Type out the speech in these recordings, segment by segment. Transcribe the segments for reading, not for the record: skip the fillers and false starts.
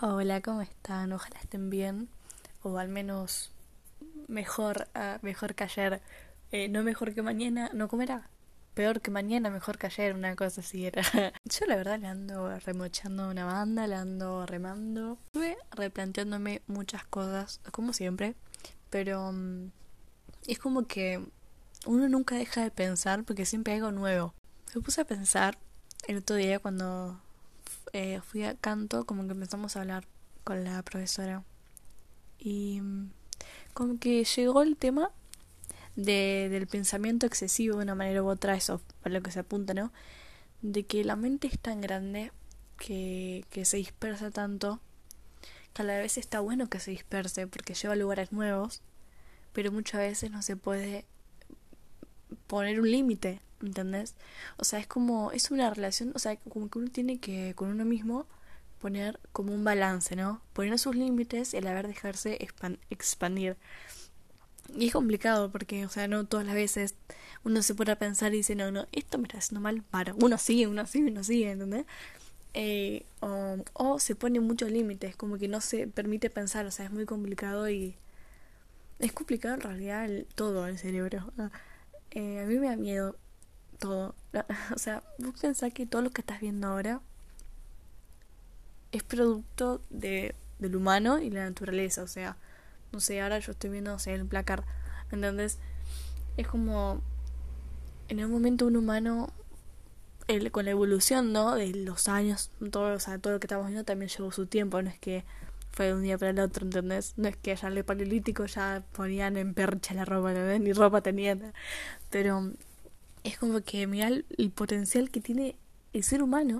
Hola, ¿cómo están? Ojalá estén bien, o al menos mejor, mejor que ayer. No mejor que mañana, no, ¿cómo era? Peor que mañana, mejor que ayer, una cosa así era. Yo la verdad le ando remochando una banda, le ando remando. Estuve replanteándome muchas cosas, como siempre, pero es como que uno nunca deja de pensar porque siempre hay algo nuevo. Me puse a pensar el otro día cuando fui a canto, como que empezamos a hablar con la profesora. Y como que llegó el tema del pensamiento excesivo de una manera u otra, eso a lo que se apunta, ¿no? De que la mente es tan grande que se dispersa tanto, que a la vez está bueno que se disperse porque lleva a lugares nuevos, pero muchas veces no se puede poner un límite, ¿entendés? O sea, es una relación, o sea, como que uno tiene que, con uno mismo, poner como un balance, ¿no? Poner sus límites y a la vez dejarse expandir. Y es complicado porque, o sea, no todas las veces uno se pone a pensar y dice, no, no, esto me está haciendo mal, para. Uno sigue, ¿entendés? O se pone muchos límites, como que no se permite pensar, o sea, es muy complicado y es complicado en realidad todo el cerebro. A mí me da miedo todo. O sea, vos pensás que todo lo que estás viendo ahora es producto del humano y la naturaleza, o sea, no sé, ahora yo estoy viendo, o sea, el placar, ¿entendés? Es como en un momento un humano con la evolución, ¿no? De los años, todo, o sea, todo lo que estamos viendo también llevó su tiempo, no es que fue de un día para el otro, ¿entendés? No es que ya en el paleolítico ya ponían en percha la ropa, ¿entendés? Ni ropa tenían, pero es como que mira el potencial que tiene el ser humano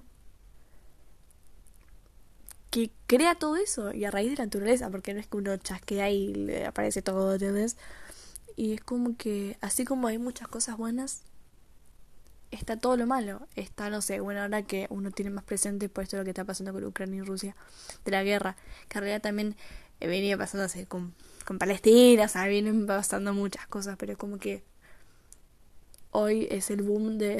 que crea todo eso y a raíz de la naturaleza, porque no es que uno chasquea y le aparece todo, ¿entendés? Y es como que así como hay muchas cosas buenas, está todo lo malo. Está, no sé, bueno, ahora que uno tiene más presente por esto lo que está pasando con Ucrania y Rusia, de la guerra, que en realidad también venía pasándose con Palestina, o sea, vienen pasando muchas cosas, pero como que hoy es el boom de...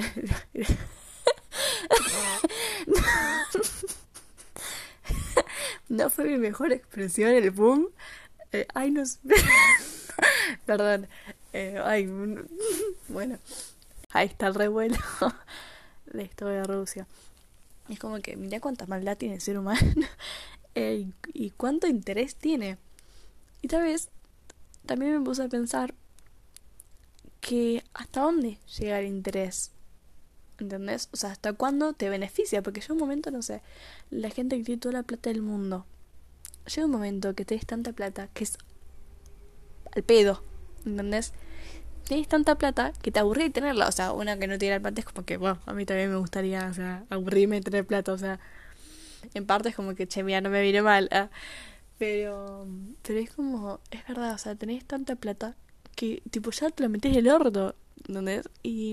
No fue mi mejor expresión el boom. Ay, no sé. Perdón. Ay, bueno, ahí está el revuelo de esto de Rusia. Es como que mira cuánta maldad tiene el ser humano y cuánto interés tiene. Y tal vez también me puse a pensar que hasta dónde llega el interés. ¿Entendés? O sea, hasta cuándo te beneficia. Porque llega un momento, no sé, la gente que tiene toda la plata del mundo. Llega un momento que tenés tanta plata que es al pedo. ¿Entendés? Tienes tanta plata que te aburrí de tenerla. O sea, una que no tiene plata es como que, wow, a mí también me gustaría, o sea, aburrirme de tener plata. O sea, en parte es como que, che, mira, no me viene mal. Pero es como, es verdad, o sea, tenés tanta plata que tipo ya te la metés en el orto, ¿entendés?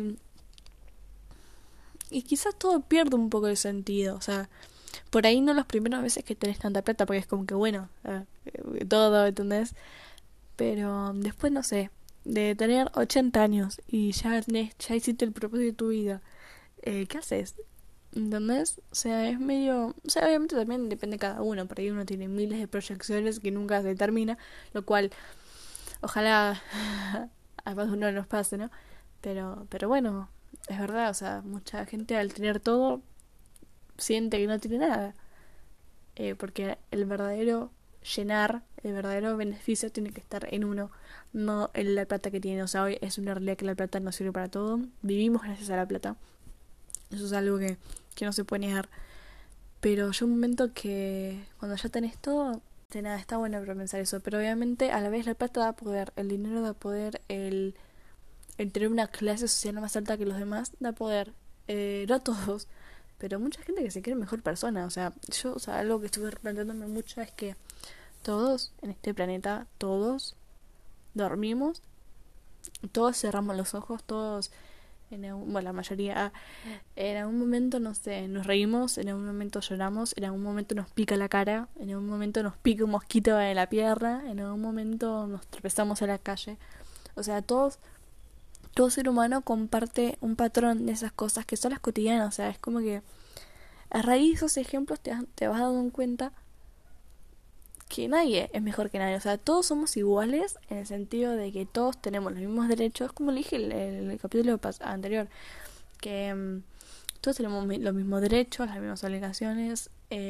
Y quizás todo pierde un poco de sentido, o sea, por ahí no las primeras veces que tenés tanta plata, porque es como que bueno, todo, ¿entendés? Pero después no sé, de tener 80 años y ya hiciste el propósito de tu vida, ¿qué haces? ¿Entendés? O sea, es medio... O sea, obviamente también depende de cada uno. Por ahí uno tiene miles de proyecciones que nunca se termina. Lo cual, ojalá a más de uno nos pase, ¿no? Pero bueno, es verdad. O sea, mucha gente al tener todo siente que no tiene nada. Porque el verdadero llenar, el verdadero beneficio tiene que estar en uno, no en la plata que tiene. O sea, hoy es una realidad que la plata no sirve para todo. Vivimos gracias a la plata. Eso es algo que no se puede negar. Pero llega un momento que cuando ya tenés todo, de nada, está bueno para pensar eso. Pero obviamente a la vez la plata da poder, el dinero da poder, el tener una clase social más alta que los demás da poder. No a todos, pero mucha gente que se cree mejor persona. O sea, algo que estuve replanteándome mucho es que todos en este planeta, todos dormimos, todos cerramos los ojos, todos bueno, la mayoría, en algún momento, no sé, nos reímos, en algún momento lloramos, en algún momento nos pica la cara, en algún momento nos pica un mosquito en la pierna, en algún momento nos tropezamos en la calle. O sea, todo ser humano comparte un patrón de esas cosas que son las cotidianas. O sea, es como que a raíz de esos ejemplos te vas dando cuenta que nadie es mejor que nadie. O sea, todos somos iguales en el sentido de que todos tenemos los mismos derechos, como le dije el capítulo anterior, que todos tenemos los mismos derechos, las mismas obligaciones.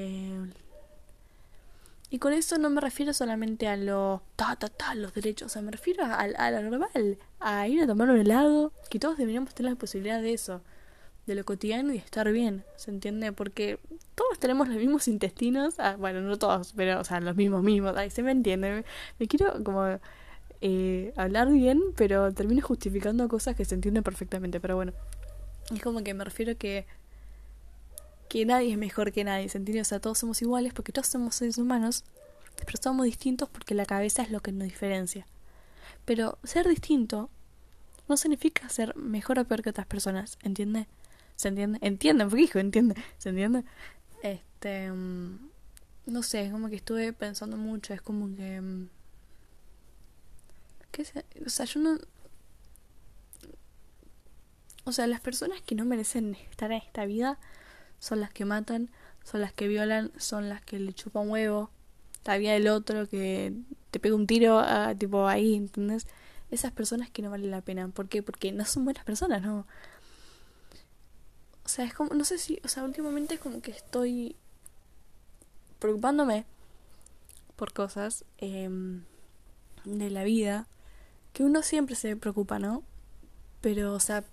Y con eso no me refiero solamente a los los derechos, o sea, me refiero a lo normal, a ir a tomar un helado, que todos deberíamos tener la posibilidad de eso, de lo cotidiano y de estar bien, ¿se entiende? Porque todos tenemos los mismos intestinos, bueno, no todos, pero, o sea, los mismos, ahí se me entiende, me quiero como hablar bien, pero termino justificando cosas que se entienden perfectamente, pero bueno, es como que me refiero que nadie es mejor que nadie, ¿se entiende? O sea, todos somos iguales porque todos somos seres humanos, pero somos distintos porque la cabeza es lo que nos diferencia. Pero ser distinto no significa ser mejor o peor que otras personas, ¿entiende? ¿Se entiende? ¿Entienden? Porque hijo, ¿entiende? ¿Se entiende? No sé, es como que estuve pensando mucho, es como que... O sea, yo no... O sea, las personas que no merecen estar en esta vida son las que matan, son las que violan, son las que le chupan huevo, la vida del otro que te pega un tiro tipo ahí, ¿entendés? Esas personas que no valen la pena. ¿Por qué? Porque no son buenas personas, ¿no? O sea, es como, no sé si, o sea, últimamente es como que estoy preocupándome por cosas de la vida que uno siempre se preocupa, ¿no? Pero, o sea,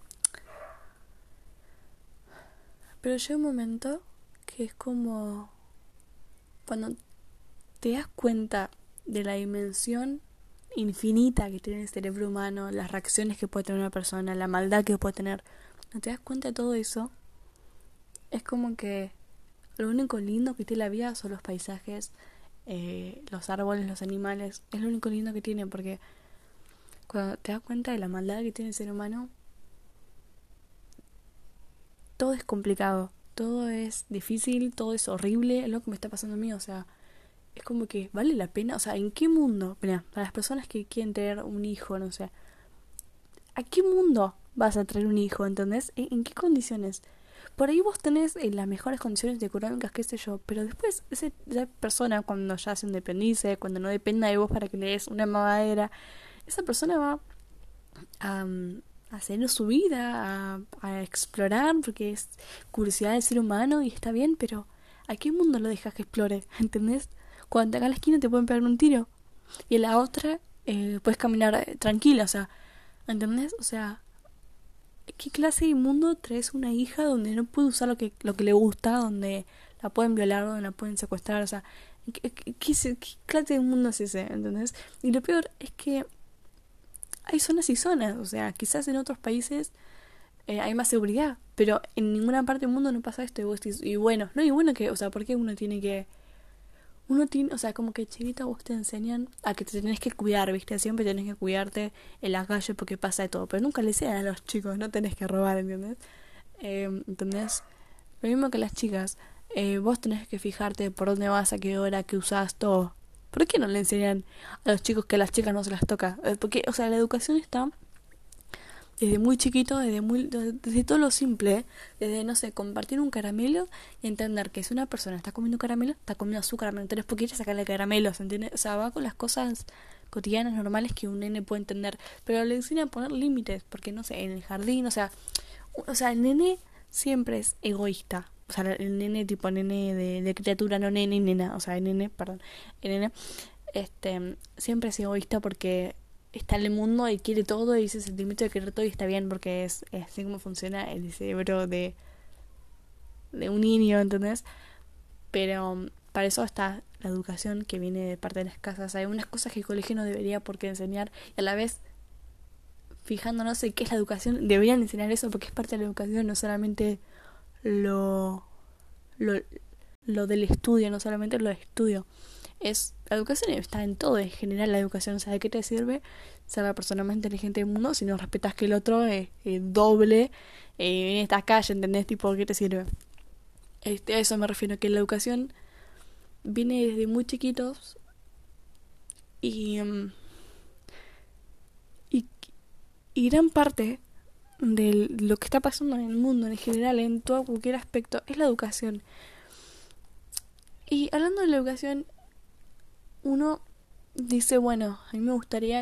pero llega un momento que es como cuando te das cuenta de la dimensión infinita que tiene el cerebro humano, las reacciones que puede tener una persona, la maldad que puede tener. Cuando te das cuenta de todo eso, es como que lo único lindo que tiene la vida son los paisajes, los árboles, los animales. Es lo único lindo que tiene porque cuando te das cuenta de la maldad que tiene el ser humano, todo es complicado, todo es difícil, todo es horrible, es lo que me está pasando a mí, o sea, es como que vale la pena, o sea, ¿en qué mundo? Mira, para las personas que quieren tener un hijo, no sé, ¿a qué mundo vas a traer un hijo, entendés? ¿En qué condiciones? Por ahí vos tenés las mejores condiciones económicas, qué sé yo, pero después esa persona cuando ya se independice, cuando no dependa de vos para que le des una mamadera, esa persona va a hacer su vida, a explorar, porque es curiosidad del ser humano y está bien, pero ¿a qué mundo lo dejas que explore? ¿Entendés? Cuando te hagas la esquina te pueden pegar un tiro y en la otra puedes caminar tranquila, o sea, ¿entendés? O sea, ¿qué clase de mundo traes una hija donde no puede usar lo que le gusta, donde la pueden violar, donde la pueden secuestrar? O sea, ¿qué clase de mundo es ese? ¿Entendés? Y lo peor es que hay zonas y zonas, o sea, quizás en otros países hay más seguridad, pero en ninguna parte del mundo no pasa esto. Y vos decís, y bueno, no, y bueno que, o sea, ¿por qué uno tiene, o sea, como que chiquita vos te enseñan a que te tenés que cuidar, ¿viste? Siempre tenés que cuidarte en la calle porque pasa de todo, pero nunca le enseñan a los chicos, no tenés que robar, ¿entiendes? ¿Entendés? Lo mismo que las chicas, vos tenés que fijarte por dónde vas, a qué hora, qué usás, todo. ¿Por qué no le enseñan a los chicos que a las chicas no se las toca? Porque, o sea, la educación está desde muy chiquito, desde todo lo simple, desde, no sé, compartir un caramelo y entender que si una persona está comiendo caramelo, está comiendo azúcar, no tenés por qué ir a sacarle caramelos, ¿entiendes? O sea, va con las cosas cotidianas, normales que un nene puede entender, pero le enseña a poner límites, porque, no sé, en el jardín, o sea, el nene siempre es egoísta. O sea, el nene tipo nene de criatura, no nene y nena, o sea, el nene, perdón, el nene, siempre es egoísta porque está en el mundo y quiere todo y ese sentimiento de querer todo y está bien porque es así como funciona el cerebro de un niño, ¿entendés? Pero para eso está la educación que viene de parte de las casas. Hay unas cosas que el colegio no debería por qué enseñar y a la vez fijándonos en qué es la educación, deberían enseñar eso porque es parte de la educación, no solamente lo, lo, lo del estudio, no solamente lo de estudio. La educación está en todo, en general la educación, o sea, ¿de qué te sirve ser la persona más inteligente del mundo si no respetas que el otro es doble en esta calle, ¿entendés? Tipo, ¿qué te sirve? A eso me refiero, que la educación viene desde muy chiquitos y, y, y gran parte de lo que está pasando en el mundo en general, en todo cualquier aspecto, es la educación. Y hablando de la educación, uno dice, bueno, a mí me gustaría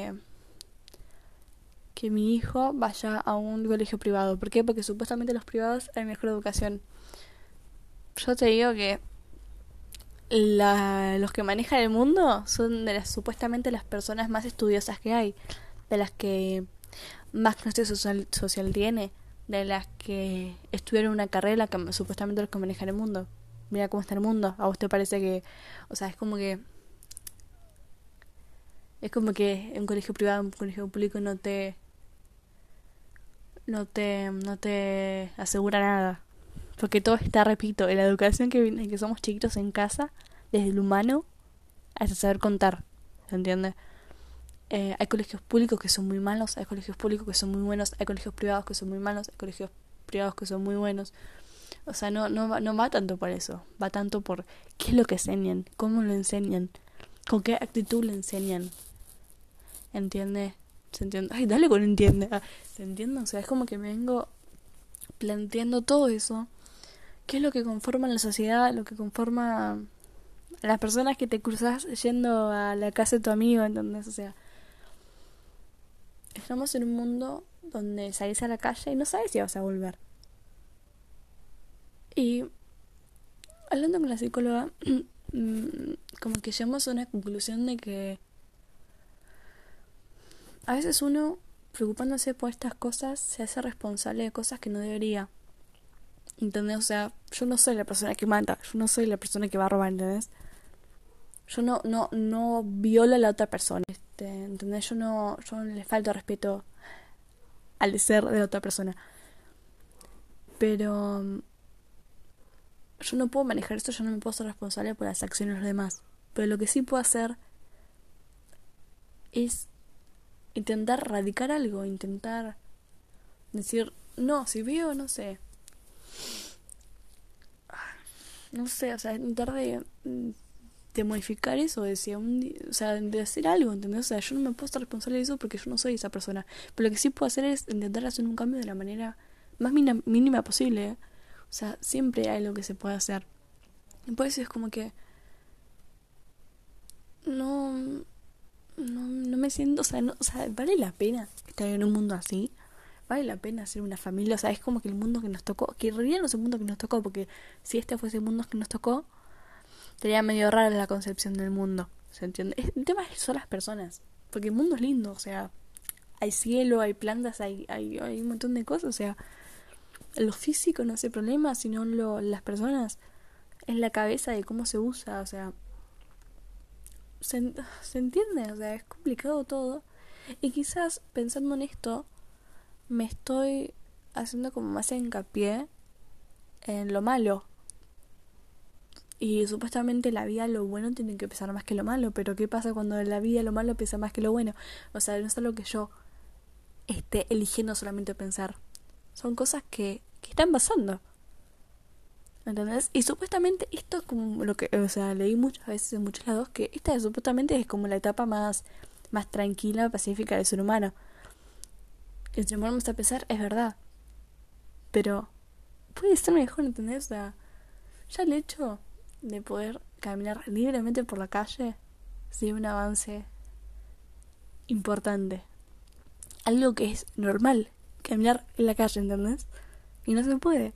que mi hijo vaya a un colegio privado. ¿Por qué? Porque supuestamente los privados hay mejor educación. Yo te digo que los que manejan el mundo son de las supuestamente las personas más estudiosas que hay, de las que más clase social tiene, de las que estudiaron una carrera que supuestamente los que manejan el mundo. Mira cómo está el mundo. ¿A vos te parece que, o sea, es como que un colegio privado, un colegio público no te asegura nada? Porque todo está, repito, en la educación que somos chiquitos en casa, desde el humano hasta saber contar, ¿se entiende? Hay colegios públicos que son muy malos, hay colegios públicos que son muy buenos, hay colegios privados que son muy malos, hay colegios privados que son muy buenos. O sea, no va tanto por eso, va tanto por qué es lo que enseñan, cómo lo enseñan, con qué actitud lo enseñan. ¿Entiende? ¿Se entiende? Ay, dale con entiende. ¿Se entiende? O sea, es como que me vengo planteando todo eso. ¿Qué es lo que conforma la sociedad? Lo que conforma a las personas que te cruzas yendo a la casa de tu amigo, ¿entendés? O sea, estamos en un mundo donde salís a la calle y no sabes si vas a volver. Y hablando con la psicóloga, como que llegamos a una conclusión de que a veces uno, preocupándose por estas cosas, se hace responsable de cosas que no debería. ¿Entendés? O sea, yo no soy la persona que mata, yo no soy la persona que va a robar, ¿entendés? Yo no violo a la otra persona, ¿entendés? Yo no le falto respeto al ser de la otra persona. Pero yo no puedo manejar esto, yo no me puedo ser responsable por las acciones de los demás. Pero lo que sí puedo hacer es intentar erradicar algo, intentar decir, no, si veo, no sé, o sea, intentar de modificar eso, o sea, de hacer algo, ¿entendés? O sea, yo no me puedo estar responsable de eso porque yo no soy esa persona. Pero lo que sí puedo hacer es intentar hacer un cambio de la manera más mínima posible, ¿eh? O sea, siempre hay algo que se puede hacer. Y por eso es como que no, no me siento, o sea, vale la pena estar en un mundo así. Vale la pena hacer una familia, o sea, es como que el mundo que nos tocó, que en realidad no es el mundo que nos tocó, porque si este fuese el mundo que nos tocó, sería medio rara la concepción del mundo, ¿se entiende? El tema son las personas, porque el mundo es lindo, o sea, hay cielo, hay plantas, hay un montón de cosas, o sea, lo físico no es el problema, sino las personas, es la cabeza de cómo se usa, o sea, se entiende, o sea, es complicado todo, y quizás pensando en esto, me estoy haciendo como más hincapié en lo malo. Y supuestamente la vida lo bueno tiene que pesar más que lo malo, pero ¿qué pasa cuando en la vida lo malo pesa más que lo bueno? O sea, no es algo que yo esté eligiendo solamente pensar. Son cosas que están pasando. ¿Entendés? Y supuestamente esto es como lo que, o sea, leí muchas veces en muchos lados que esta supuestamente es como la etapa más tranquila, pacífica del ser humano. El ser humano, a pesar, es verdad. Pero puede ser mejor, ¿entendés? O sea, ya el hecho de poder caminar libremente por la calle sería un avance importante. Algo que es normal, caminar en la calle, ¿entendés? Y no se puede.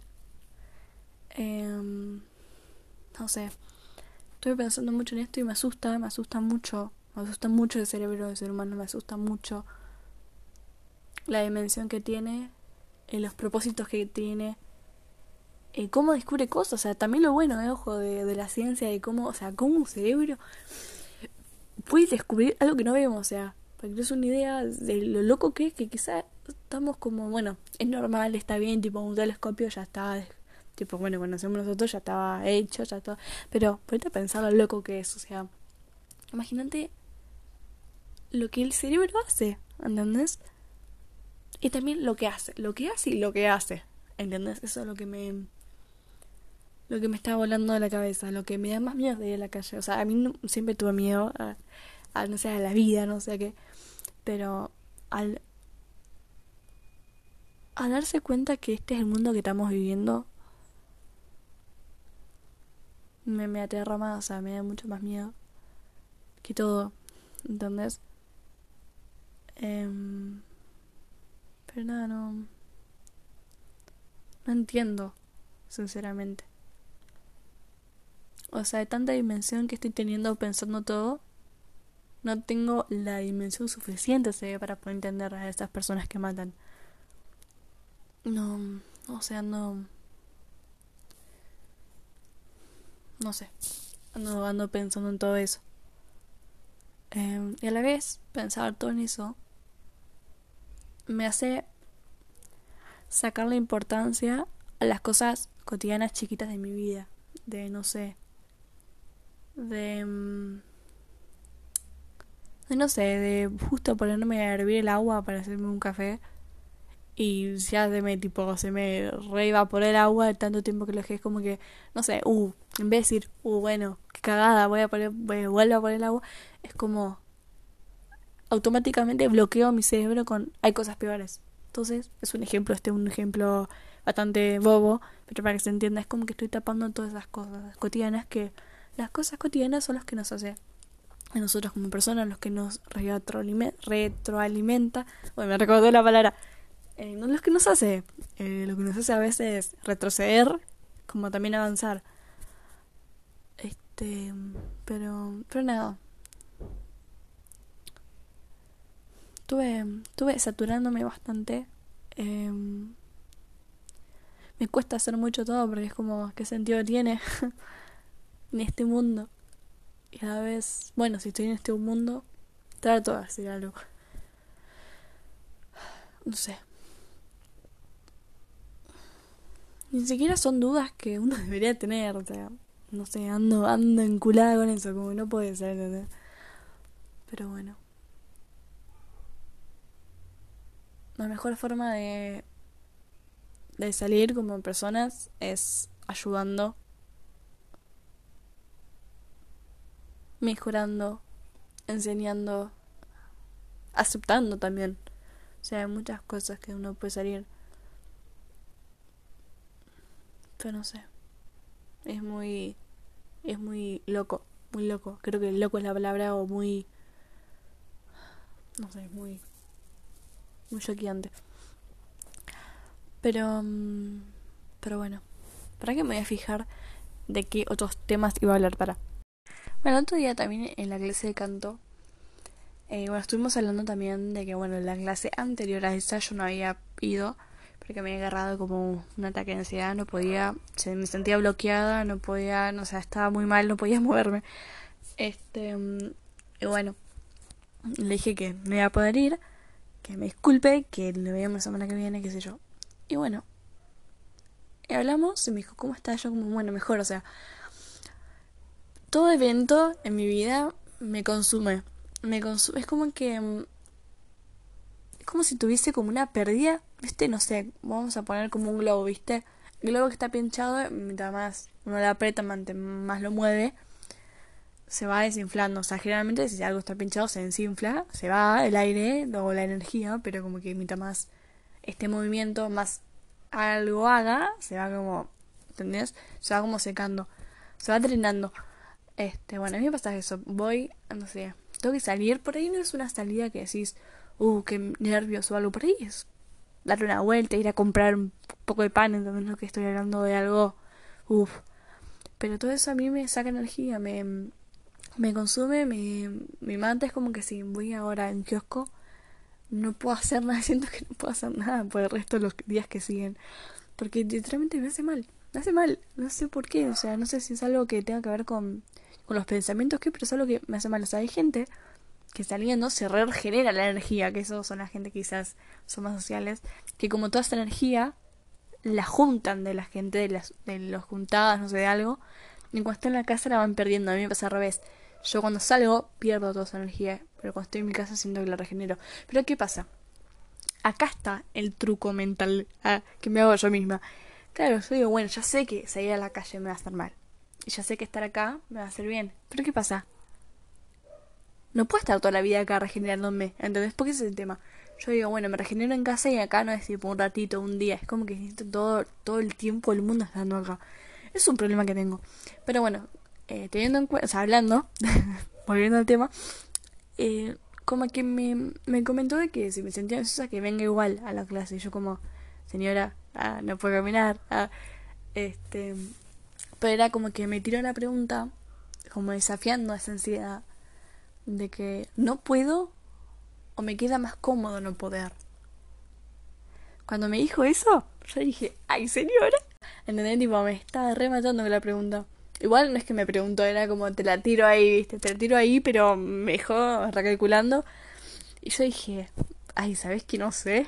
No sé. Estoy pensando mucho en esto y me asusta mucho. Me asusta mucho el cerebro del ser humano, me asusta mucho la dimensión que tiene, los propósitos que tiene, cómo descubre cosas, o sea, también lo bueno, ojo, de la ciencia, de cómo, o sea, cómo un cerebro puede descubrir algo que no vemos, o sea, para que te des una idea de lo loco que es, que quizá estamos como, bueno, es normal, está bien, tipo un telescopio ya está, tipo, bueno, cuando hacemos nosotros ya estaba hecho, ya todo, pero ponete a pensar lo loco que es, o sea, imagínate lo que el cerebro hace, ¿entendés? Y también lo que hace y lo que hace, ¿entendés? Eso es lo que me está volando de la cabeza, lo que me da más miedo de ir a la calle. O sea, a mí siempre tuve miedo no sé, a la vida, no sé qué. Pero al, al darse cuenta que este es el mundo que estamos viviendo, me aterra más, o sea, me da mucho más miedo. que todo, ¿entendés? Pero nada, no entiendo, sinceramente. O sea, de tanta dimensión que estoy teniendo pensando todo, no tengo la dimensión suficiente, se ve, para poder entender a estas personas que matan. No, o sea, no sé. Ando pensando en todo eso. Y a la vez, pensar todo en eso me hace sacar la importancia a las cosas cotidianas chiquitas de mi vida. De, no sé, de... de no sé, de justo ponerme a hervir el agua para hacerme un café y ya se me re evaporó el agua de tanto tiempo que lo dejé. Es como que, no sé, en vez de decir, bueno, qué cagada, vuelvo a poner el agua, es como automáticamente bloqueo mi cerebro con, hay cosas peores. Entonces, es un ejemplo, un ejemplo bastante bobo, pero para que se entienda, es como que estoy tapando todas esas cosas cotidianas, que las cosas cotidianas son las que nos hacen a nosotros como personas, los que nos retroalimenta, bueno, me recordó la palabra, no los que nos hace, lo que nos hace a veces retroceder, como también avanzar. Este, pero nada, tuve saturándome bastante. Eh, Me cuesta hacer mucho todo porque es como, ¿qué sentido tiene en este mundo? Y a la vez, bueno, si estoy en este mundo, trato de hacer algo. No sé. Ni siquiera son dudas que uno debería tener, o sea, no sé, ando enculada con eso, como no puede ser, ¿entendés? Pero bueno, la mejor forma de salir como personas es ayudando, mejorando, enseñando, aceptando también. O sea, hay muchas cosas que uno puede salir, pero no sé, es muy loco, muy loco. Creo que loco es la palabra, o muy, no sé, muy choqueante. Pero, pero bueno, ¿para qué me voy a fijar de qué otros temas iba a hablar para? Bueno, el otro día también en la clase de canto, bueno, estuvimos hablando también de que, bueno, en la clase anterior a esa yo no había ido porque me había agarrado como un ataque de ansiedad, no podía, me sentía bloqueada, no podía, no sé, estaba muy mal, no podía moverme. Y bueno, le dije que no iba a poder ir, que me disculpe, que lo veíamos la semana que viene, qué sé yo. Y bueno, y hablamos y me dijo, ¿cómo estás? Yo como, bueno, mejor, o sea, todo evento en mi vida me consume. Es como que... es como si tuviese como una pérdida, ¿viste? No sé, vamos a poner como un globo, ¿viste? El globo que está pinchado, mientras más uno lo aprieta, más lo mueve, se va desinflando. O sea, generalmente si algo está pinchado se desinfla, se va el aire o la energía, pero como que mientras más este movimiento, más algo haga, se va como, ¿entendés? Se va como secando, se va drenando. Bueno, a mí me pasa eso, voy, no sé, tengo que salir, por ahí no es una salida que decís, qué nervios o algo, por ahí es dar una vuelta, ir a comprar un poco de pan, ¿entendés? Lo que estoy hablando de algo, uff. Pero todo eso a mí me saca energía, me consume, me mata. Es como que si voy ahora en kiosco, no puedo hacer nada, siento que no puedo hacer nada por el resto de los días que siguen. Porque literalmente me hace mal, no sé por qué, o sea, no sé si es algo que tenga que ver con los pensamientos que, pero es algo que me hace mal. O sea, hay gente que saliendo se regenera la energía, que esos son la gente que quizás son más sociales, que como toda esa energía la juntan de la gente, de los juntadas, no sé, de algo, y cuando está en la casa la van perdiendo. A mí me pasa al revés. Yo cuando salgo pierdo toda esa energía, pero cuando estoy en mi casa siento que la regenero. Pero ¿qué pasa? Acá está el truco mental, que me hago yo misma. Claro, yo digo, bueno, ya sé que salir a la calle me va a hacer mal. Y ya sé que estar acá me va a hacer bien. Pero ¿qué pasa? No puedo estar toda la vida acá regenerándome, ¿entendés? Porque ese es el tema. Yo digo, bueno, me regenero en casa y acá no es tipo un ratito, un día. Es como que necesito todo el tiempo del mundo estando acá. Es un problema que tengo. Pero bueno, teniendo en cuenta, o sea, hablando, volviendo al tema, como que me comentó de que si me sentía ansiosa que venga igual a la clase. Y yo como, señora, no puedo caminar. Este, pero era como que me tiró la pregunta, como desafiando esa ansiedad de que no puedo o me queda más cómodo no poder. Cuando me dijo eso, yo dije, ay señora. ¿Entendés? Tipo, me estaba rematando con la pregunta. Igual no es que me preguntó, era como te la tiro ahí, viste, te la tiro ahí, pero me dejó recalculando. Y yo dije, ay, ¿sabés qué? No sé.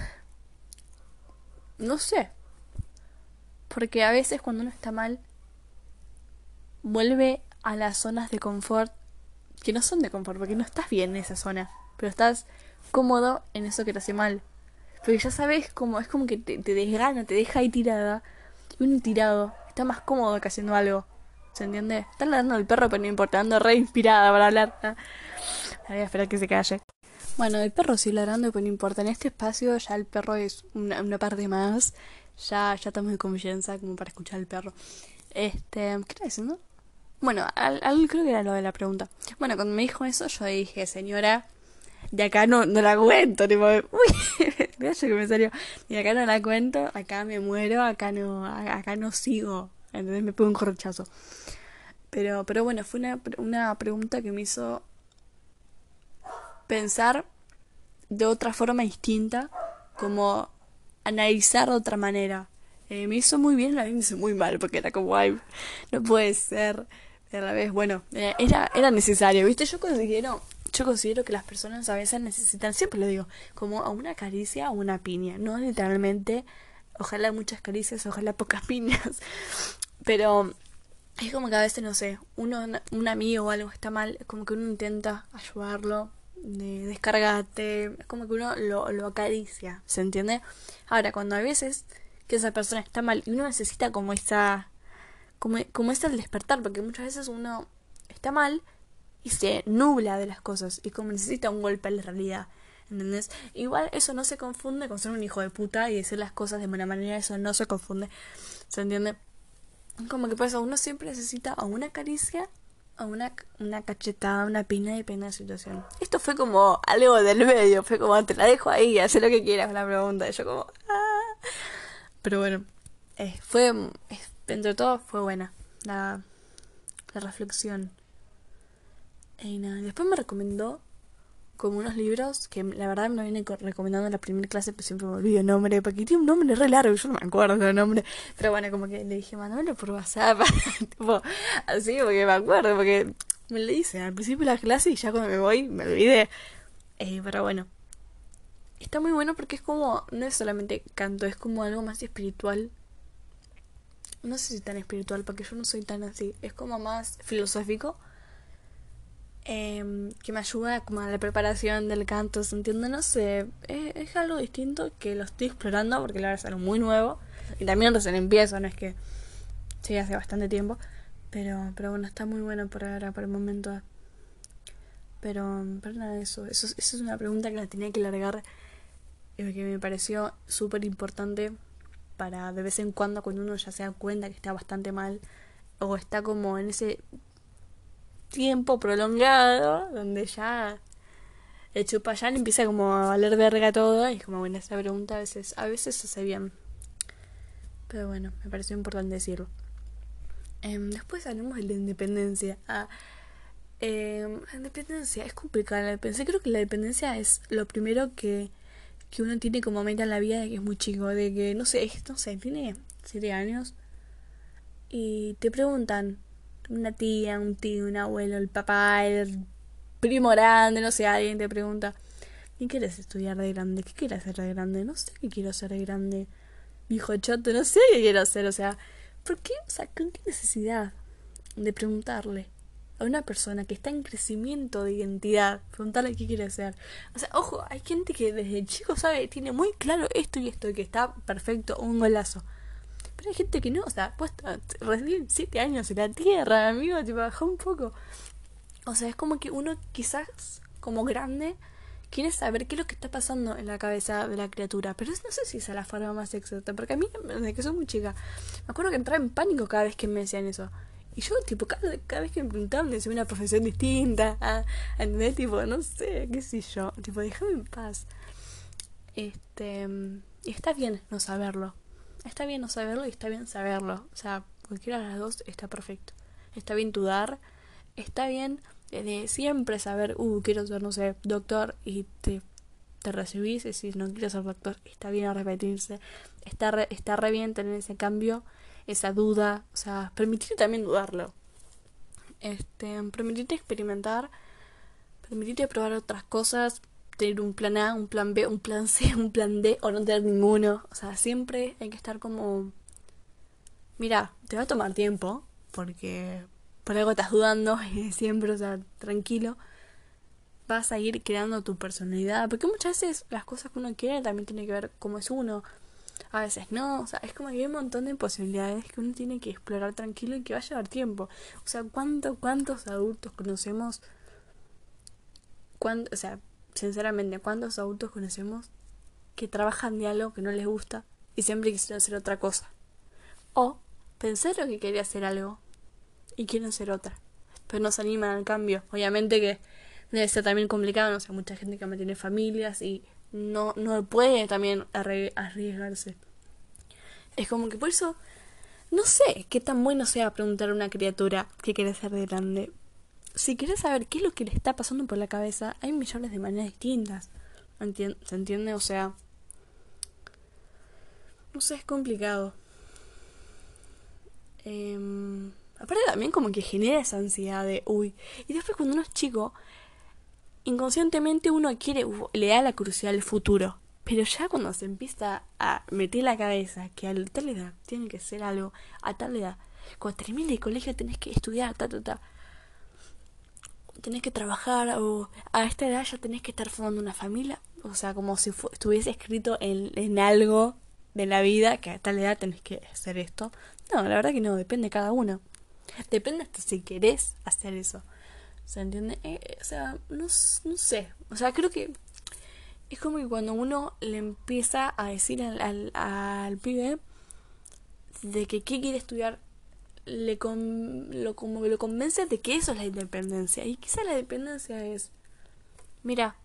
No sé. Porque a veces cuando uno está mal, vuelve a las zonas de confort, que no son de confort, porque no estás bien en esa zona, pero estás cómodo en eso que te hace mal. Porque ya sabes cómo, es como que te desgana, te deja ahí tirada. Y uno tirado está más cómodo que haciendo algo. ¿Se entiende? Está ladrando el perro, pero no importa, ando re inspirada para hablar. Voy a esperar que se calle. Bueno, el perro sí ladrando, pero no importa. En este espacio ya el perro es una parte más. Ya estamos de confianza como para escuchar al perro. ¿Qué está diciendo? Bueno, creo que era lo de la pregunta. Bueno, cuando me dijo eso, yo dije, señora, de acá no la cuento, tipo, uy, mira yo que me salió. De acá no la cuento, acá me muero, acá no sigo. Entonces me puse un correchazo. Pero bueno, fue una pregunta que me hizo pensar de otra forma distinta, como analizar de otra manera. Me hizo muy bien, a mí me hizo muy mal, porque era como, ay, no puede ser. A la vez, bueno, era necesario, ¿viste? Yo considero que las personas a veces necesitan, siempre lo digo, como a una caricia o una piña. No literalmente, ojalá muchas caricias, ojalá pocas piñas. Pero es como que a veces, no sé, un amigo o algo está mal, es como que uno intenta ayudarlo, descargarte, es como que uno lo acaricia, ¿se entiende? Ahora, cuando a veces que esa persona está mal y uno necesita como como es el despertar, porque muchas veces uno está mal y se nubla de las cosas y como necesita un golpe a la realidad, ¿entendés? Igual eso no se confunde con ser un hijo de puta y decir las cosas de buena manera, eso no se confunde, ¿se entiende? Como que por eso uno siempre necesita o una caricia o una cachetada, una piña, depende de la situación. Esto fue como algo del medio, fue como te la dejo ahí, haz lo que quieras con la pregunta, y yo como pero bueno, entre todo fue buena la reflexión. Y nada, después me recomendó como unos libros que la verdad me viene recomendando en la primera clase, pero siempre me olvido el nombre, porque tiene un nombre re largo, yo no me acuerdo del nombre. Pero bueno, como que le dije, mándamelo por WhatsApp, tipo, así porque me acuerdo, porque me lo dice al principio de la clase y ya cuando me voy me olvidé. Pero bueno, está muy bueno porque es como, no es solamente canto, es como algo más espiritual. No sé si tan espiritual, porque yo no soy tan así, es como más filosófico. Que me ayuda como a la preparación del canto, ¿se entiende? No sé, es algo distinto que lo estoy explorando porque la verdad es algo muy nuevo y también recién empiezo, no es que sí, hace bastante tiempo, pero bueno, está muy bueno por ahora, por el momento. Pero nada, eso es una pregunta que la tenía que largar y que me pareció súper importante para de vez en cuando uno ya se da cuenta que está bastante mal o está como en ese tiempo prolongado donde ya el chupayán empieza como a valer verga todo y es como bueno, esa pregunta a veces se hace bien, pero bueno, me pareció importante decirlo. Después hablamos de la independencia. La independencia es complicada. Creo que la dependencia es lo primero que uno tiene como meta en la vida de que es muy chico, de que no sé, tiene 7 años y te preguntan una tía, un tío, un abuelo, el papá, el primo grande, no sé, alguien te pregunta, ¿qué quieres estudiar de grande? ¿Qué quieres hacer de grande? No sé qué quiero hacer de grande. Mi hijo choto, no sé qué quiero hacer, o sea, ¿por qué? O sea, ¿con qué necesidad de preguntarle a una persona que está en crecimiento de identidad, preguntarle qué quiere hacer? O sea, ojo, hay gente que desde chico sabe, tiene muy claro esto y esto, que está perfecto, un golazo. Pero hay gente que no, o sea, pues recién 7 años en la tierra, amigo, te bajó un poco. O sea, es como que uno quizás, como grande, quiere saber qué es lo que está pasando en la cabeza de la criatura. Pero no sé si esa es la forma más exacta. Porque a mí, desde que soy muy chica, me acuerdo que entraba en pánico cada vez que me decían eso. Y yo, tipo, cada vez que me preguntaban, me decía una profesión distinta. ¿Entendés? Tipo, no sé, qué sé yo. Tipo, déjame en paz. Y está bien no saberlo. Está bien no saberlo y está bien saberlo. O sea, cualquiera de las dos está perfecto. Está bien dudar. Está bien de siempre saber, quiero ser, no sé, doctor y te recibís y si no quieres ser doctor, está bien arrepentirse. Está re bien tener ese cambio, esa duda. O sea, permitirte también dudarlo. Permitirte experimentar, permitirte probar otras cosas, tener un plan A, un plan B, un plan C, un plan D o no tener ninguno. O sea, siempre hay que estar como, mira, te va a tomar tiempo porque por algo estás dudando y siempre, o sea, tranquilo, vas a ir creando tu personalidad, porque muchas veces las cosas que uno quiere también tiene que ver cómo es uno. A veces no, o sea, es como que hay un montón de posibilidades que uno tiene que explorar tranquilo y que va a llevar tiempo. O sea, ¿cuántos adultos conocemos? O sea, sinceramente, ¿cuántos adultos conocemos que trabajan de algo que no les gusta y siempre quisieron hacer otra cosa? O pensaron que quería hacer algo y quieren hacer otra, pero no se animan al cambio. Obviamente que debe ser también complicado, no sé, mucha gente que mantiene familias y no puede también arriesgarse. Es como que por eso, no sé qué tan bueno sea preguntar a una criatura qué quiere ser de grande. Si querés saber qué es lo que le está pasando por la cabeza, hay millones de maneras distintas. ¿Se entiende? O sea, no sé, es complicado. Aparte también como que genera esa ansiedad de, Y después cuando uno es chico, inconscientemente uno le da la curiosidad al futuro. Pero ya cuando se empieza a meter la cabeza que a tal edad tiene que ser algo, a tal edad, cuando termine el colegio tenés que estudiar, tenés que trabajar, o a esta edad ya tenés que estar formando una familia. O sea, como si estuviese escrito en algo de la vida que a tal edad tenés que hacer esto. No, la verdad que no, depende de cada uno. Depende hasta si querés hacer eso. ¿Se entiende? O sea, no sé. O sea, creo que es como que cuando uno le empieza a decir al pibe de que qué quiere estudiar, como que lo convence de que eso es la independencia. Y quizá la dependencia es, mira,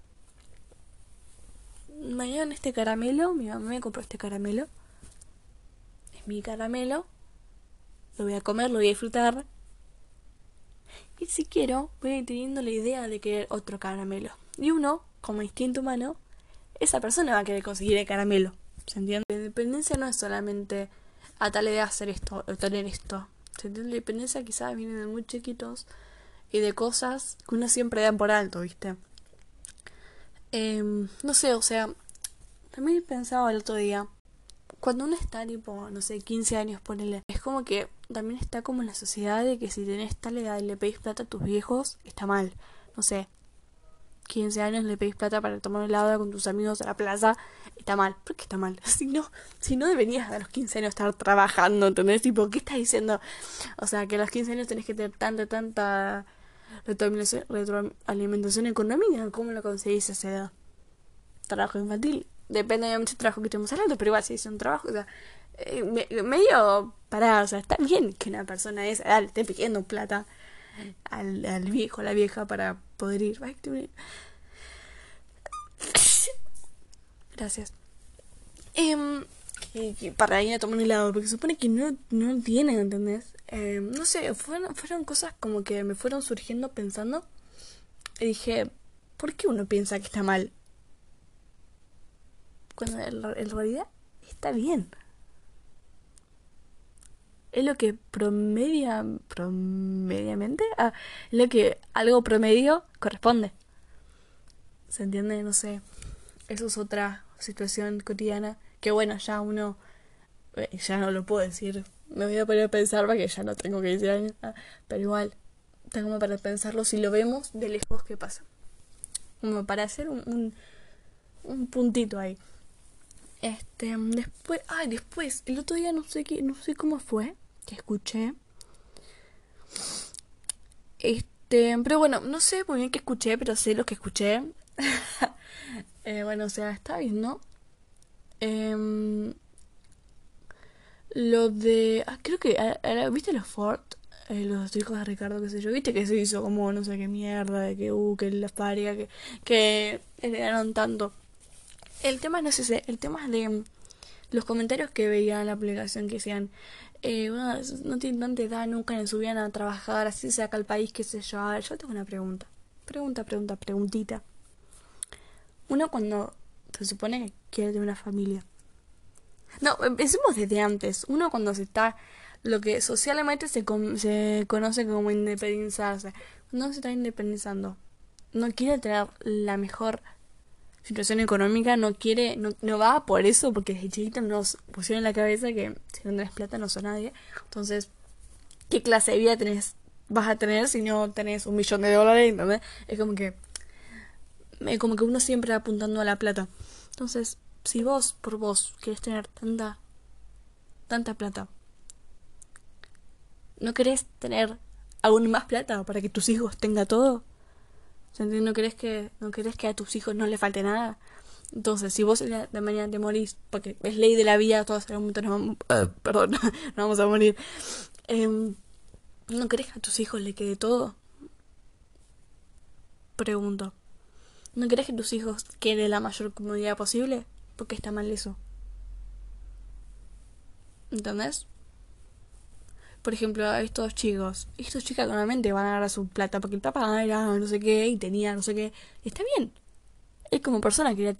me dieron este caramelo, mi mamá me compró este caramelo, es mi caramelo, lo voy a comer, lo voy a disfrutar. Y si quiero, voy a ir teniendo la idea de querer otro caramelo. Y uno, como instinto humano, esa persona va a querer conseguir el caramelo. ¿Se entiende? La independencia no es solamente a tal edad hacer esto o tener esto. ¿Se entiende? La independencia quizás viene de muy chiquitos y de cosas que uno siempre da por alto, ¿viste? No sé, o sea, también pensaba el otro día, cuando uno está tipo, no sé, 15 años, ponele, es como que también está como en la sociedad de que si tenés tal edad y le pedís plata a tus viejos, está mal. No sé, 15 años le pedís plata para tomar un helado con tus amigos a la plaza, está mal. ¿Por qué está mal? Si no deberías a los 15 años estar trabajando, ¿entendés? Tipo, ¿qué estás diciendo? O sea, que a los 15 años tenés que tener tanta retroalimentación económica. ¿Cómo lo conseguís a esa edad? Trabajo infantil. Depende de mucho trabajo que estemos hablando, pero igual si es un trabajo, o sea, medio parado, o sea, está bien que una persona de esa edad le esté pidiendo plata al viejo, a la vieja para poder ir. Gracias. Para ir a tomar un helado, porque se supone que no tienen, ¿entendés? No sé, fueron cosas como que me fueron surgiendo pensando y dije, ¿por qué uno piensa que está mal? Cuando en realidad está bien. Es lo que promediamente, es lo que algo promedio corresponde. ¿Se entiende? No sé. Eso es otra situación cotidiana que bueno, ya uno, ya no lo puedo decir. Me voy a poner a pensar porque ya no tengo 15 años. Pero igual, tengo para pensarlo si lo vemos de lejos qué pasa. Como para hacer un puntito ahí. Después, el otro día no sé cómo fue que escuché. Pero bueno, no sé muy bien qué escuché, pero sé lo que escuché. Bueno, o sea, está bien, ¿no? Lo de... creo que... ¿Viste los Ford? los hijos de Ricardo, qué sé yo, viste que se hizo como no sé qué mierda, de que la pareja, que heredaron tanto. El tema no es ese, el tema es de los comentarios que veía en la aplicación que decían, bueno, no tienen tanta edad, nunca en su vida van a trabajar, así se saca el país, qué sé yo. A ver, yo tengo una pregunta. Preguntita. Uno cuando se supone que quiere tener una familia. No, empecemos desde antes. Uno cuando se está, lo que socialmente se conoce como independizarse. Cuando se está independizando, no quiere tener la mejor situación económica, no va por eso, porque desde chiquito nos pusieron en la cabeza que si no tenés plata no sos nadie. Entonces, ¿qué clase de vida vas a tener si no tenés $1 millón? ¿Entendés? Es como que uno siempre va apuntando a la plata. Entonces, si vos, por vos, querés tener tanta plata, ¿no querés tener aún más plata para que tus hijos tengan todo? ¿No querés que a tus hijos no les falte nada? Entonces, si vos el día de mañana te morís, porque es ley de la vida, todos en algún momento nos vamos, perdón, nos vamos a morir, ¿no querés que a tus hijos le quede todo? Pregunto. ¿No querés que tus hijos queden la mayor comodidad posible? Porque está mal eso. ¿Entendés? Por ejemplo, a estos chicos. Estos chicos normalmente van a agarrar su plata porque el papá era no sé qué y tenía no sé qué. Y está bien. Él como persona quería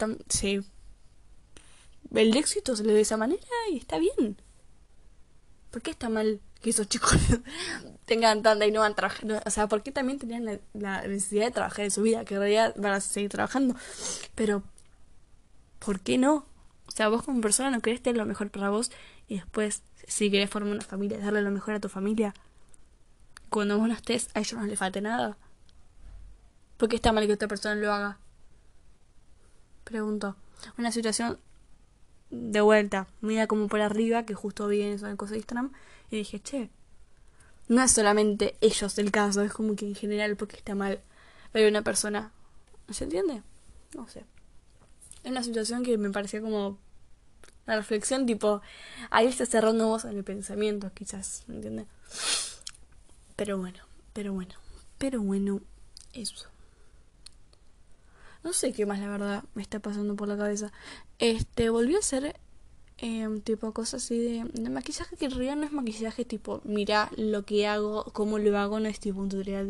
el éxito se le de esa manera y está bien. ¿Por qué está mal que esos chicos tengan tanta y no van a trabajar? No, o sea, ¿por qué también tenían la necesidad de trabajar en su vida? Que en realidad van a seguir trabajando. Pero, ¿por qué no? O sea, vos como persona no querés tener lo mejor para vos y después, si querés formar una familia, darle lo mejor a tu familia. Cuando vos no estés, a ellos no les falte nada. ¿Por qué está mal que otra persona lo haga? Pregunto. Una situación de vuelta, mira como por arriba, que justo vi en esa cosa de Instagram, y dije, che, no es solamente ellos el caso, es como que en general, porque está mal ver a una persona. ¿Se entiende? No sé. Es una situación que me parecía como la reflexión, tipo, ahí está cerrando vos en el pensamiento, quizás, ¿me entiendes? Pero bueno, pero bueno, pero bueno, eso. No sé qué más, la verdad, me está pasando por la cabeza. Volvió a ser tipo cosas así de maquillaje, que en realidad no es maquillaje tipo, mira lo que hago, cómo lo hago, no es tipo un tutorial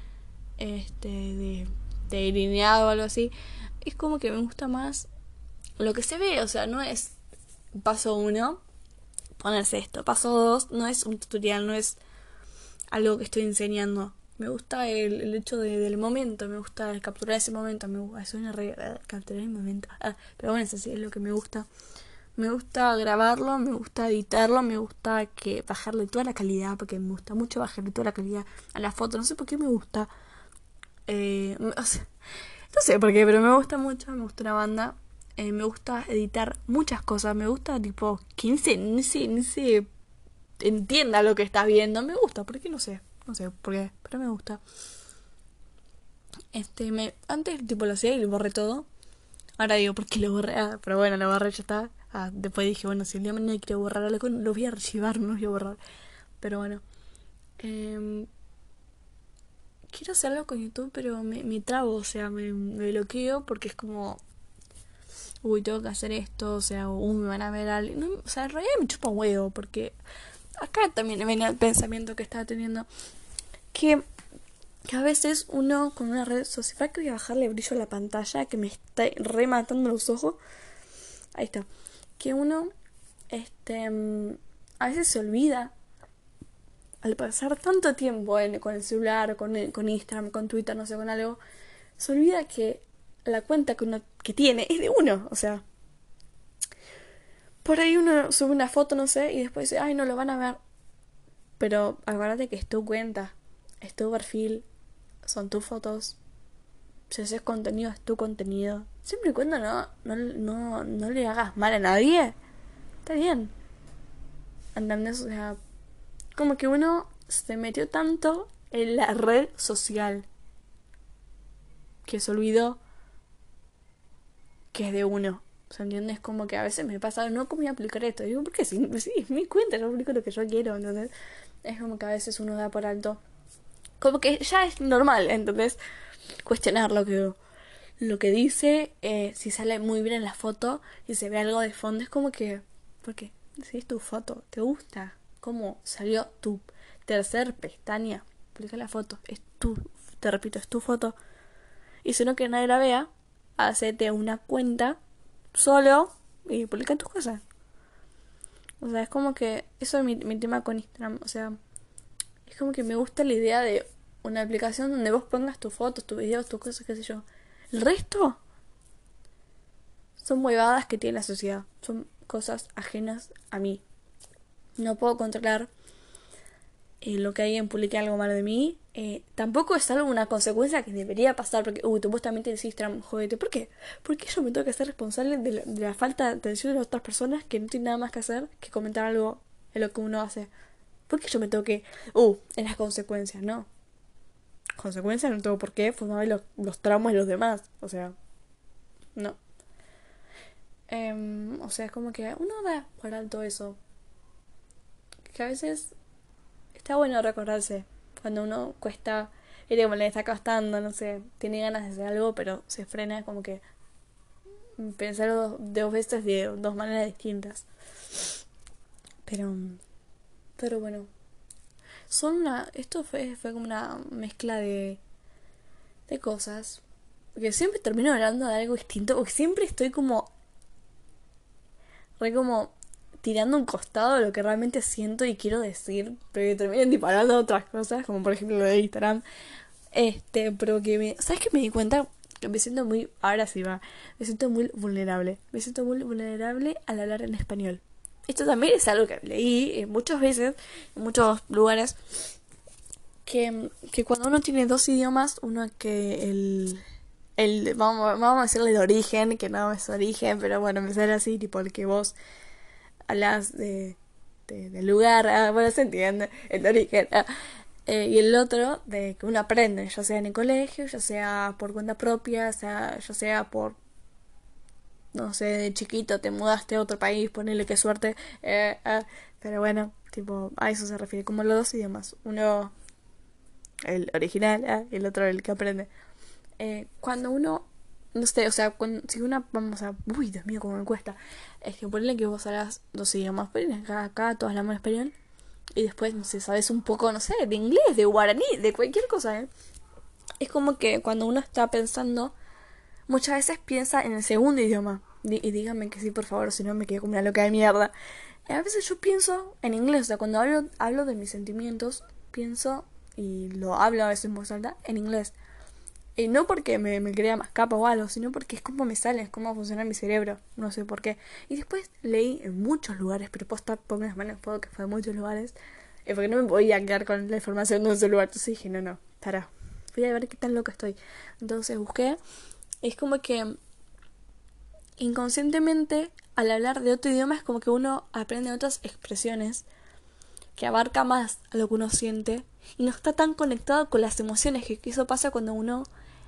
de delineado o algo así. Es como que me gusta más lo que se ve, o sea, no es paso uno, ponerse esto, paso dos, no es un tutorial, no es algo que estoy enseñando. Me gusta el hecho del momento, me gusta capturar ese momento, me gusta, suena capturar el momento. Pero bueno, es así, es lo que me gusta. Me gusta grabarlo, me gusta editarlo, me gusta que bajarle toda la calidad, porque me gusta mucho bajarle toda la calidad a la foto, no sé por qué me gusta. O sea, no sé por qué, pero me gusta mucho, me gusta la banda. Me gusta editar muchas cosas, me gusta tipo que ni se entienda lo que estás viendo, me gusta, porque no sé por qué, pero me gusta. Antes tipo lo hacía y lo borré todo. Ahora digo, ¿por qué lo borré? Pero bueno, lo borré, ya está. Después dije, bueno, si el día de mañana quiero borrar algo, lo voy a archivar, no lo voy a borrar. Pero bueno. Eh, Quiero hacer algo con YouTube, pero me trabo, o sea, me bloqueo porque es como, uy, tengo que hacer esto, o sea, uy, me van a ver algo. No, o sea, en realidad me chupa un huevo, porque acá también venía el pensamiento que estaba teniendo, que a veces uno con una red social, ¿para que voy a bajarle brillo a la pantalla? Que me está rematando los ojos. Ahí está. Que uno, a veces se olvida, al pasar tanto tiempo con el celular, con Instagram, con Twitter, no sé, con algo, se olvida que la cuenta que uno que tiene es de uno. O sea, por ahí uno sube una foto, no sé, y después dice, ay, no lo van a ver. Pero acuérdate que es tu cuenta, es tu perfil, son tus fotos. Si haces contenido, es tu contenido. Siempre y cuando no le hagas mal a nadie, está bien. ¿Entendés? O sea, como que uno se metió tanto en la red social que se olvidó que es de uno. ¿Se entiende? Es como que a veces me pasa, no, ¿cómo voy a aplicar esto? Y digo, ¿por qué? Sí, es mi cuenta, yo aplico lo que yo quiero, ¿entendés? es como que a veces uno da por alto. Como que ya es normal, entonces, cuestionar lo que dice, si sale muy bien en la foto, si se ve algo de fondo, es como que, porque si es tu foto, te gusta cómo salió tu tercer pestaña, publica la foto, es tu, te repito, es tu foto, y si no que nadie la vea, hacete una cuenta solo y publica tus cosas. O sea, es como que eso es mi tema con Instagram, o sea, es como que me gusta la idea de una aplicación donde vos pongas tus fotos, tus videos, tus cosas, qué sé yo. El resto son huevadas que tiene la sociedad. Son cosas ajenas a mí. No puedo controlar lo que alguien publique algo malo de mí. Tampoco es algo una consecuencia que debería pasar porque, supuestamente decís Instagram, jodete. ¿Por qué? Porque yo me tengo que ser responsable de la falta de atención de las otras personas que no tienen nada más que hacer que comentar algo en lo que uno hace. ¿Por qué yo me tengo que... en las consecuencias, no. Consecuencias no tengo por qué formar los traumas de los demás. O sea, no. O sea, es como que uno da por alto eso. Que a veces está bueno recordarse cuando uno cuesta, como le está costando, no sé, tiene ganas de hacer algo, pero se frena, como que pensar dos veces de dos maneras distintas. Pero, pero bueno, esto fue como una mezcla de cosas. Porque siempre termino hablando de algo distinto, porque siempre estoy como tirando un costado de lo que realmente siento y quiero decir, pero que terminen tipo hablando de otras cosas, como por ejemplo lo de Instagram. Pero ¿sabes qué me di cuenta? Que me siento muy, ahora sí va, me siento muy vulnerable. Me siento muy vulnerable al hablar en español. Esto también es algo que leí muchas veces, en muchos lugares, que cuando uno tiene dos idiomas, uno que vamos a decirle de origen, que no es origen, pero bueno, me sale así, tipo el que vos hablas del lugar, bueno, se entiende, el origen. Y el otro de que uno aprende, ya sea en el colegio, ya sea por cuenta propia, ya sea por, no sé, de chiquito te mudaste a otro país, ponele qué suerte. Pero bueno, tipo, a eso se refiere, como los dos idiomas. Uno, el original, y el otro, el que aprende. Cuando uno, no sé, o sea, si una, vamos a, uy, Dios mío, cómo me cuesta, es que ponle que vos hablas dos idiomas, ponle acá todos hablamos español, y después, no sé, sabes un poco, no sé, de inglés, de guaraní, de cualquier cosa, ¿eh? Es como que cuando uno está pensando, muchas veces piensa en el segundo idioma, y díganme que sí, por favor, si no me quedo como una loca de mierda. A veces yo pienso en inglés, o sea, cuando hablo de mis sentimientos, pienso, y lo hablo a veces en voz alta, en inglés. Y no porque me crea más capa o algo, sino porque es como me sale, es como funciona mi cerebro, no sé por qué. Y después leí en muchos lugares, pero posta, pongo las manos en fuego que fue en muchos lugares, porque no me podía quedar con la información de un solo lugar. Entonces dije, no, para, voy a ver qué tan loca estoy. Entonces busqué, es como que inconscientemente al hablar de otro idioma es como que uno aprende otras expresiones que abarca más a lo que uno siente y no está tan conectado con las emociones, que eso pasa cuando uno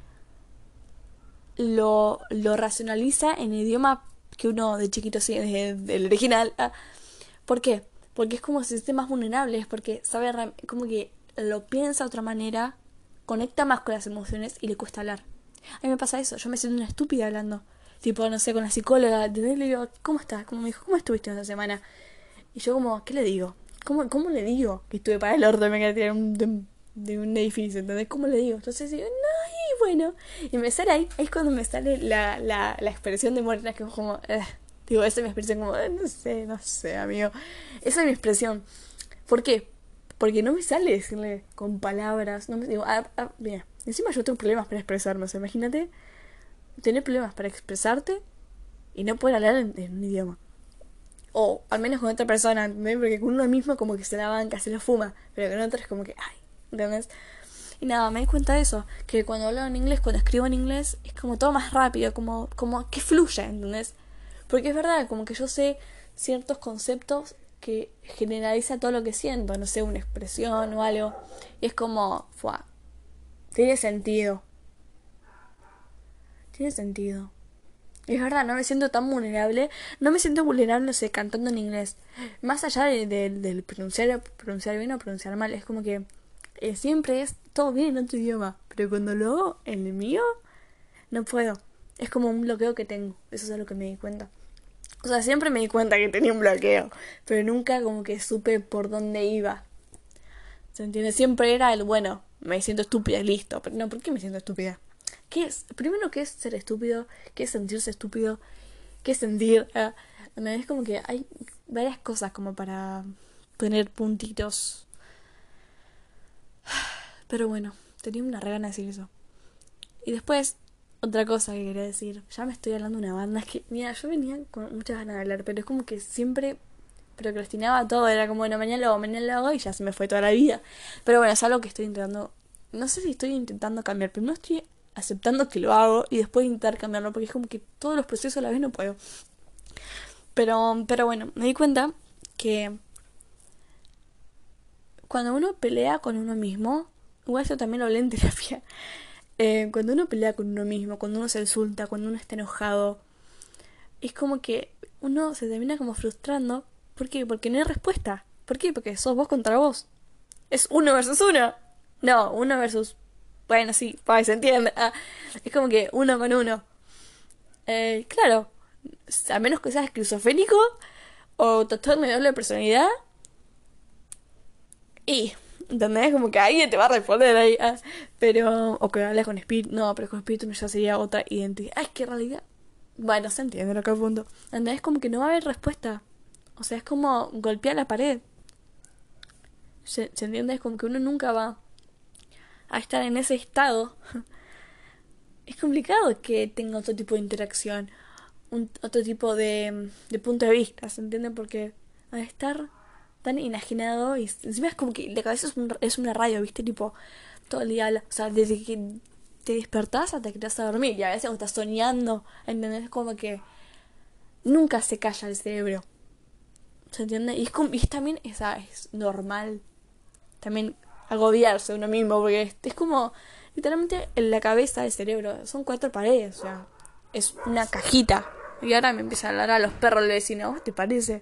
lo racionaliza en el idioma que uno de chiquito sigue, del original. ¿Por qué? Porque es como si se siente más vulnerable, es porque sabe como que lo piensa de otra manera, conecta más con las emociones y le cuesta hablar. A mí me pasa eso, yo me siento una estúpida hablando. Tipo, no sé, con la psicóloga, ¿entendés? Le digo, ¿cómo estás? Como me dijo, ¿cómo estuviste esta semana? Y yo como, ¿qué le digo? ¿Cómo le digo que estuve para el orto y me quería tirar de un edificio? ¿Entendés? ¿Cómo le digo? Entonces digo, no, y bueno. Y me sale ahí es cuando me sale la expresión de Morena, que es como, digo, esa es mi expresión como, no sé, amigo. Esa es mi expresión. ¿Por qué? Porque no me sale decirle con palabras. No me digo, mira, encima yo tengo problemas para expresarme. O sea, imagínate tener problemas para expresarte y no poder hablar en un idioma. O al menos con otra persona, ¿entendés? Porque con uno mismo como que se la banca, se lo fuma. Pero con otro es como que, ay, ¿entendés? Y nada, me di cuenta de eso. Que cuando hablo en inglés, cuando escribo en inglés, es como todo más rápido, como que fluye, ¿entendés? Porque es verdad, como que yo sé ciertos conceptos que generaliza todo lo que siento. No sé, una expresión o algo. Y es como, fuah, tiene sentido. Tiene sentido. Es verdad, no me siento tan vulnerable. No me siento vulnerable, no sé, cantando en inglés. Más allá del pronunciar bien o pronunciar mal. Es como que siempre es todo bien en otro idioma. Pero cuando lo hago en el mío, no puedo. Es como un bloqueo que tengo. Eso es a lo que me di cuenta. O sea, siempre me di cuenta que tenía un bloqueo. Pero nunca como que supe por dónde iba. ¿Se entiende? Siempre era el, bueno, me siento estúpida y listo. Pero no, ¿por qué me siento estúpida? ¿Qué es? Primero, ¿qué es ser estúpido? ¿Qué es sentirse estúpido? ¿Qué es sentir? Es como que hay varias cosas como para poner puntitos. Pero bueno, tenía una re gana de decir eso. Y después, otra cosa que quería decir. Ya me estoy hablando de una banda. Es que, mira, yo venía con muchas ganas de hablar, pero es como que siempre procrastinaba todo. Era como, bueno, mañana lo hago y ya se me fue toda la vida. Pero bueno, es algo que estoy intentando. No sé si estoy intentando cambiar, pero no estoy aceptando que lo hago y después intentar cambiarlo, porque es como que todos los procesos a la vez no puedo. Pero bueno, me di cuenta que cuando uno pelea con uno mismo, igual eso también lo hablé en terapia, cuando uno pelea con uno mismo, cuando uno se insulta, cuando uno está enojado, es como que uno se termina como frustrando. ¿Por qué? Porque no hay respuesta. ¿Por qué? Porque sos vos contra vos. Es uno versus uno. No, uno versus... Bueno, sí, pues se entiende. Es como que uno con uno. Claro, a menos que seas esquizofrénico o trastorno de doble personalidad. Y, ¿entendés? Como que alguien te va a responder ahí. Pero, o que hables con espíritu. No, pero con espíritu ya sería otra identidad. Es que en realidad. Bueno, se entiende lo que apunto. ¿Entendés? Como que no va a haber respuesta. O sea, es como golpear la pared. ¿Se entiende? Es como que uno nunca va a estar en ese estado. Es complicado que tenga otro tipo de interacción. Otro tipo de punto de vista. ¿Se entiende? Porque al estar tan enajenado y encima es como que la cabeza es una radio, ¿viste? Tipo, todo el día habla. O sea, desde que te despertás hasta que te vas a dormir. Y a veces cuando estás soñando, ¿entendés? Como que nunca se calla el cerebro. ¿Se entiende? Y también es normal también agobiarse uno mismo, porque es como literalmente en la cabeza del cerebro. Son 4 paredes, o sea, es una cajita. Y ahora me empieza a hablar a los perros del vecino. ¿Vos te parece?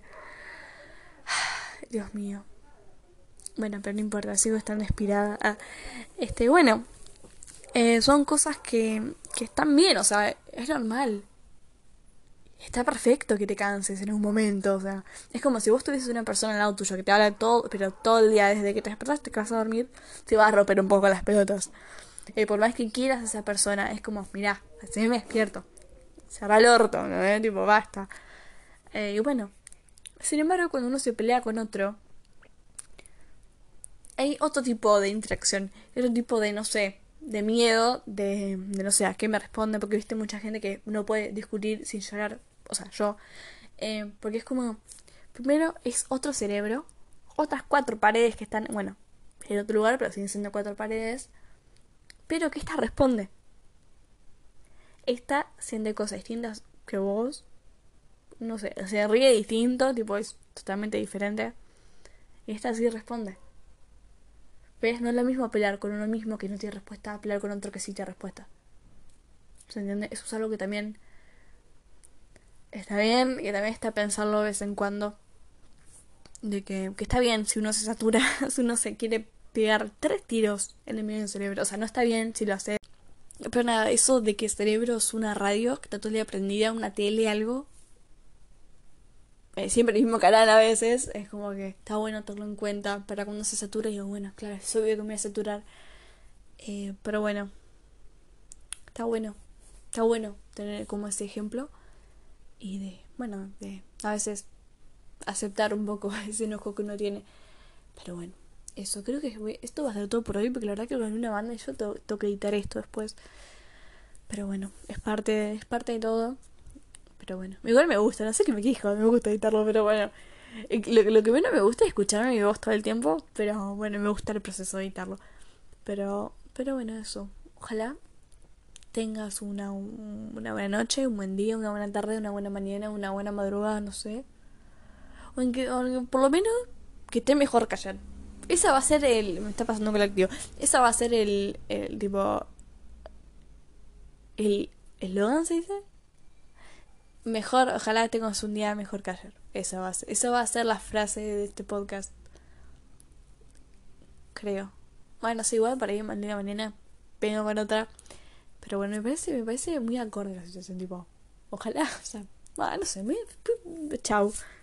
Dios mío. Bueno, pero no importa, sigo estando inspirada. Bueno, son cosas que están bien, o sea, es normal. Está perfecto que te canses en un momento, o sea, es como si vos tuvieses una persona al lado tuyo que te habla todo, pero todo el día, desde que te despertaste, que vas a dormir, te va a romper un poco las pelotas. Por más que quieras a esa persona, es como, mirá, así me despierto. Cerra el orto, ¿no? Tipo, basta. Y bueno, sin embargo, cuando uno se pelea con otro, hay otro tipo de interacción, otro tipo de, no sé, de miedo, de no sé a qué me responde, porque viste mucha gente que no puede discutir sin llorar, o sea, yo, porque es como, primero es otro cerebro, otras 4 paredes que están, bueno, en otro lugar, pero siguen siendo 4 paredes, pero que esta responde, esta siente cosas distintas que vos, no sé, se ríe distinto, tipo es totalmente diferente, y esta sí responde. ¿Ves? No es lo mismo pelear con uno mismo que no tiene respuesta a pelear con otro que sí tiene respuesta. ¿Se entiende? Eso es algo que también está bien y que también está pensarlo de vez en cuando. De que está bien si uno se satura, si uno se quiere pegar 3 tiros en el medio del cerebro. O sea, no está bien si lo hace. Pero nada, eso de que el cerebro es una radio que está todo el día prendida, una tele, algo. Siempre el mismo canal a veces. Es como que está bueno tenerlo en cuenta para cuando se satura. Y digo, bueno, claro, es obvio que me voy a saturar. Pero bueno, está bueno. Está bueno tener como ese ejemplo. Y de a veces aceptar un poco ese enojo que uno tiene. Pero bueno, eso, creo que esto va a ser todo por hoy, porque la verdad que con una banda y yo tengo que editar esto después. Pero bueno, es parte de todo. Pero bueno, igual me gusta, no sé qué me quejo, me gusta editarlo, pero bueno. Lo que menos me gusta es escucharme mi voz todo el tiempo, pero bueno, me gusta el proceso de editarlo. Pero bueno, eso. Ojalá tengas una buena noche, un buen día, una buena tarde, una buena mañana, una buena madrugada, no sé. O en que por lo menos que esté mejor que ayer. Esa va a ser me está pasando colectivo. Esa va a ser el tipo, el eslogan, ¿se dice? Mejor, ojalá tengas un día mejor que ayer. Eso va a ser la frase de este podcast, creo. Bueno, sí, igual para ir mañana vengo con otra. Pero bueno, me parece muy acorde la situación, tipo. Ojalá, o sea, no sé, chau.